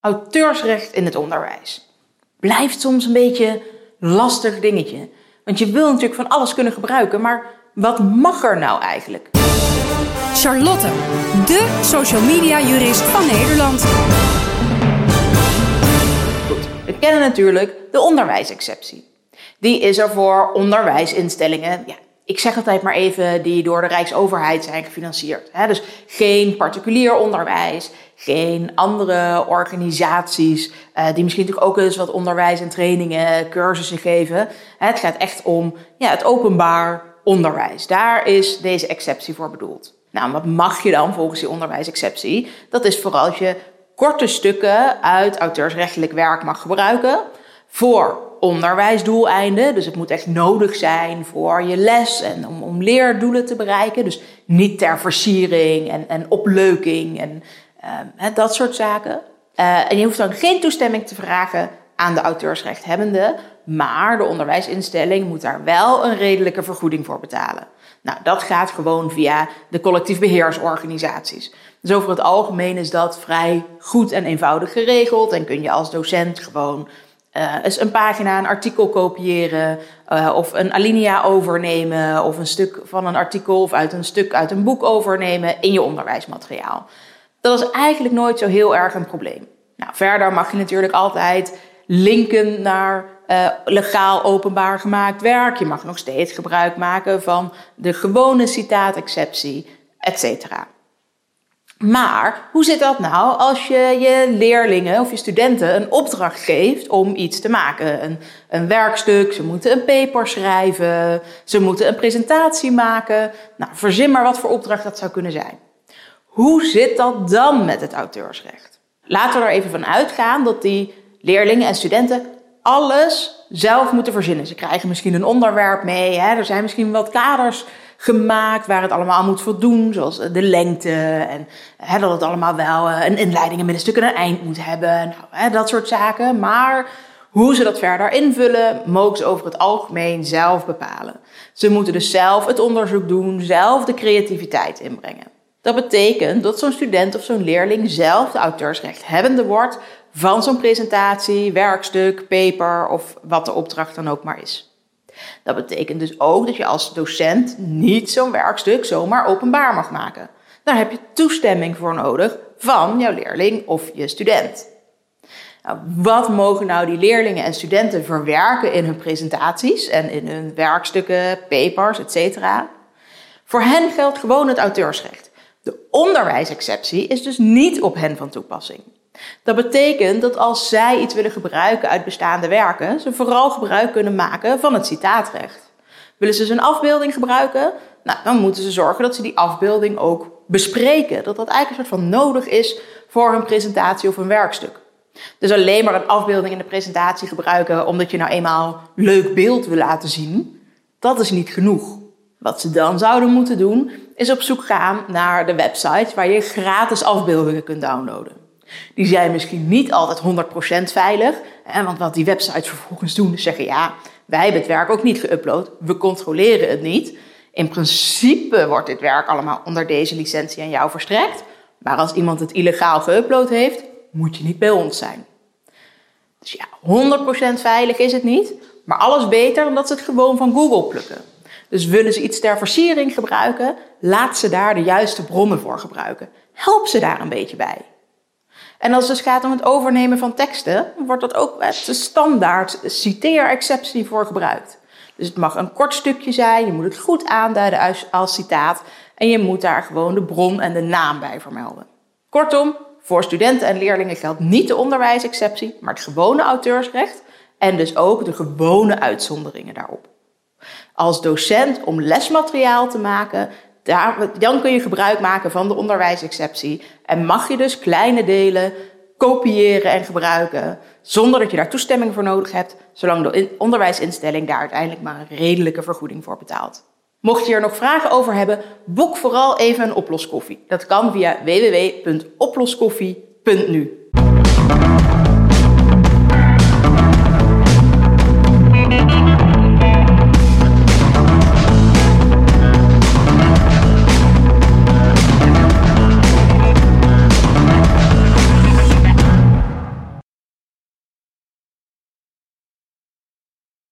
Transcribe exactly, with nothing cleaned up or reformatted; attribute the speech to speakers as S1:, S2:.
S1: Auteursrecht in het onderwijs. Blijft soms een beetje lastig dingetje. Want je wil natuurlijk van alles kunnen gebruiken, maar wat mag er nou eigenlijk?
S2: Charlotte, de social media jurist van Nederland.
S1: Goed, we kennen natuurlijk de onderwijsexceptie. Die is er voor onderwijsinstellingen, ja, ik zeg altijd maar even, die door de Rijksoverheid zijn gefinancierd. He, dus geen particulier onderwijs, geen andere organisaties uh, die misschien natuurlijk ook eens wat onderwijs en trainingen, cursussen geven. He, het gaat echt om ja, het openbaar onderwijs. Daar is deze exceptie voor bedoeld. Nou, wat mag je dan volgens die onderwijsexceptie? Dat is vooral als je korte stukken uit auteursrechtelijk werk mag gebruiken voor onderwijsdoeleinden. Dus het moet echt nodig zijn voor je les en om, om leerdoelen te bereiken. Dus niet ter versiering en, en opleuking en uh, dat soort zaken. Uh, en je hoeft dan geen toestemming te vragen aan de auteursrechthebbende, maar de onderwijsinstelling moet daar wel een redelijke vergoeding voor betalen. Nou, dat gaat gewoon via de collectief beheersorganisaties. Dus over het algemeen is dat vrij goed en eenvoudig geregeld en kun je als docent gewoon Uh, eens een pagina, een artikel kopiëren uh, of een alinea overnemen of een stuk van een artikel of uit een stuk uit een boek overnemen in je onderwijsmateriaal. Dat is eigenlijk nooit zo heel erg een probleem. Nou, verder mag je natuurlijk altijd linken naar uh, legaal openbaar gemaakt werk. Je mag nog steeds gebruik maken van de gewone citaatexceptie, et cetera. Maar hoe zit dat nou als je je leerlingen of je studenten een opdracht geeft om iets te maken? Een, een werkstuk, ze moeten een paper schrijven, ze moeten een presentatie maken. Nou, verzin maar wat voor opdracht dat zou kunnen zijn. Hoe zit dat dan met het auteursrecht? Laten we er even van uitgaan dat die leerlingen en studenten alles zelf moeten verzinnen. Ze krijgen misschien een onderwerp mee, hè? Er zijn misschien wat kaders gemaakt waar het allemaal moet voldoen, zoals de lengte en hè, dat het allemaal wel een inleiding, een middenstuk en een eind moet hebben. Nou, hè, dat soort zaken. Maar hoe ze dat verder invullen, mogen ze over het algemeen zelf bepalen. Ze moeten dus zelf het onderzoek doen, zelf de creativiteit inbrengen. Dat betekent dat zo'n student of zo'n leerling zelf de auteursrechthebbende wordt van zo'n presentatie, werkstuk, paper of wat de opdracht dan ook maar is. Dat betekent dus ook dat je als docent niet zo'n werkstuk zomaar openbaar mag maken. Daar heb je toestemming voor nodig van jouw leerling of je student. Nou, wat mogen nou die leerlingen en studenten verwerken in hun presentaties en in hun werkstukken, papers, et cetera? Voor hen geldt gewoon het auteursrecht. De onderwijsexceptie is dus niet op hen van toepassing. Dat betekent dat als zij iets willen gebruiken uit bestaande werken, ze vooral gebruik kunnen maken van het citaatrecht. Willen ze dus een afbeelding gebruiken? Nou, dan moeten ze zorgen dat ze die afbeelding ook bespreken. Dat dat eigenlijk een soort van nodig is voor hun presentatie of een werkstuk. Dus alleen maar een afbeelding in de presentatie gebruiken omdat je nou eenmaal leuk beeld wil laten zien, dat is niet genoeg. Wat ze dan zouden moeten doen, is op zoek gaan naar de websites waar je gratis afbeeldingen kunt downloaden. Die zijn misschien niet altijd honderd procent veilig. Hè, want wat die websites vervolgens doen is zeggen, ja, wij hebben het werk ook niet geüpload. We controleren het niet. In principe wordt dit werk allemaal onder deze licentie aan jou verstrekt. Maar als iemand het illegaal geüpload heeft, moet je niet bij ons zijn. Dus ja, honderd procent veilig is het niet. Maar alles beter dan dat ze het gewoon van Google plukken. Dus willen ze iets ter versiering gebruiken, laat ze daar de juiste bronnen voor gebruiken. Help ze daar een beetje bij. En als het dus gaat om het overnemen van teksten, wordt dat ook met de standaard citeerexceptie voor gebruikt. Dus het mag een kort stukje zijn, je moet het goed aanduiden als, als citaat en je moet daar gewoon de bron en de naam bij vermelden. Kortom, voor studenten en leerlingen geldt niet de onderwijsexceptie, maar het gewone auteursrecht en dus ook de gewone uitzonderingen daarop. Als docent om lesmateriaal te maken, Daar, dan kun je gebruik maken van de onderwijsexceptie en mag je dus kleine delen kopiëren en gebruiken zonder dat je daar toestemming voor nodig hebt, zolang de onderwijsinstelling daar uiteindelijk maar een redelijke vergoeding voor betaalt. Mocht je er nog vragen over hebben, boek vooral even een oploskoffie. Dat kan via w w w punt oploskoffie punt n u.